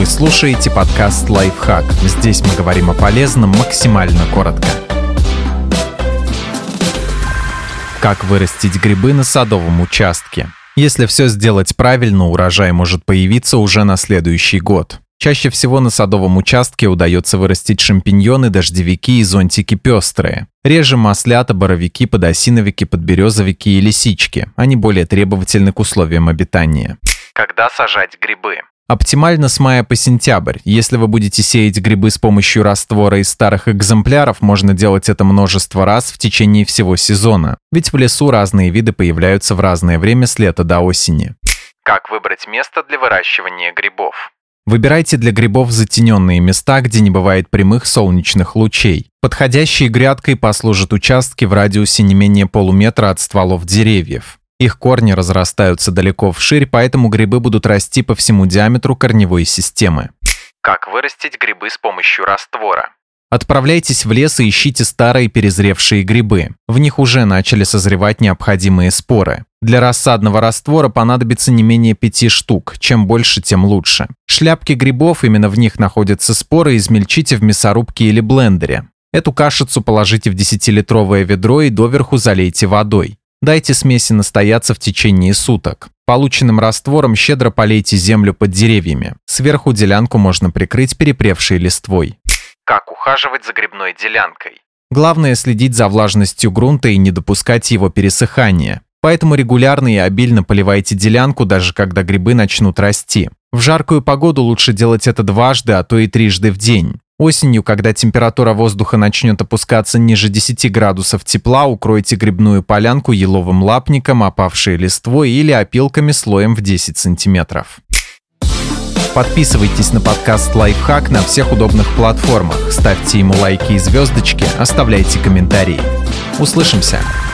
слушаете подкаст «Лайфхак». Здесь мы говорим о полезном максимально коротко. Как вырастить грибы на садовом участке? Если все сделать правильно, урожай может появиться уже на следующий год. Чаще всего на садовом участке удается вырастить шампиньоны, дождевики и зонтики пестрые. Реже маслята, боровики, подосиновики, подберезовики и лисички. Они более требовательны к условиям обитания. Когда сажать грибы? Оптимально с мая по сентябрь. Если вы будете сеять грибы с помощью раствора из старых экземпляров, можно делать это множество раз в течение всего сезона. Ведь в лесу разные виды появляются в разное время с лета до осени. Как выбрать место для выращивания грибов? Выбирайте для грибов затененные места, где не бывает прямых солнечных лучей. Подходящей грядкой послужат участки в радиусе не менее полуметра от стволов деревьев. Их корни разрастаются далеко вширь, поэтому грибы будут расти по всему диаметру корневой системы. Как вырастить грибы с помощью раствора? Отправляйтесь в лес и ищите старые перезревшие грибы. В них уже начали созревать необходимые споры. Для рассадного раствора понадобится не менее 5 штук. Чем больше, тем лучше. Шляпки грибов, именно в них находятся споры, измельчите в мясорубке или блендере. Эту кашицу положите в 10-литровое ведро и доверху залейте водой. Дайте смеси настояться в течение суток. Полученным раствором щедро полейте землю под деревьями. Сверху делянку можно прикрыть перепревшей листвой. Как ухаживать за грибной делянкой? Главное следить за влажностью грунта и не допускать его пересыхания. Поэтому регулярно и обильно поливайте делянку, даже когда грибы начнут расти. В жаркую погоду лучше делать это дважды, а то и трижды в день. Осенью, когда температура воздуха начнет опускаться ниже 10 градусов тепла, укройте грибную полянку еловым лапником, опавшей листвой или опилками слоем в 10 сантиметров. Подписывайтесь на подкаст «Лайфхак» на всех удобных платформах, ставьте ему лайки и звездочки, оставляйте комментарии. Услышимся!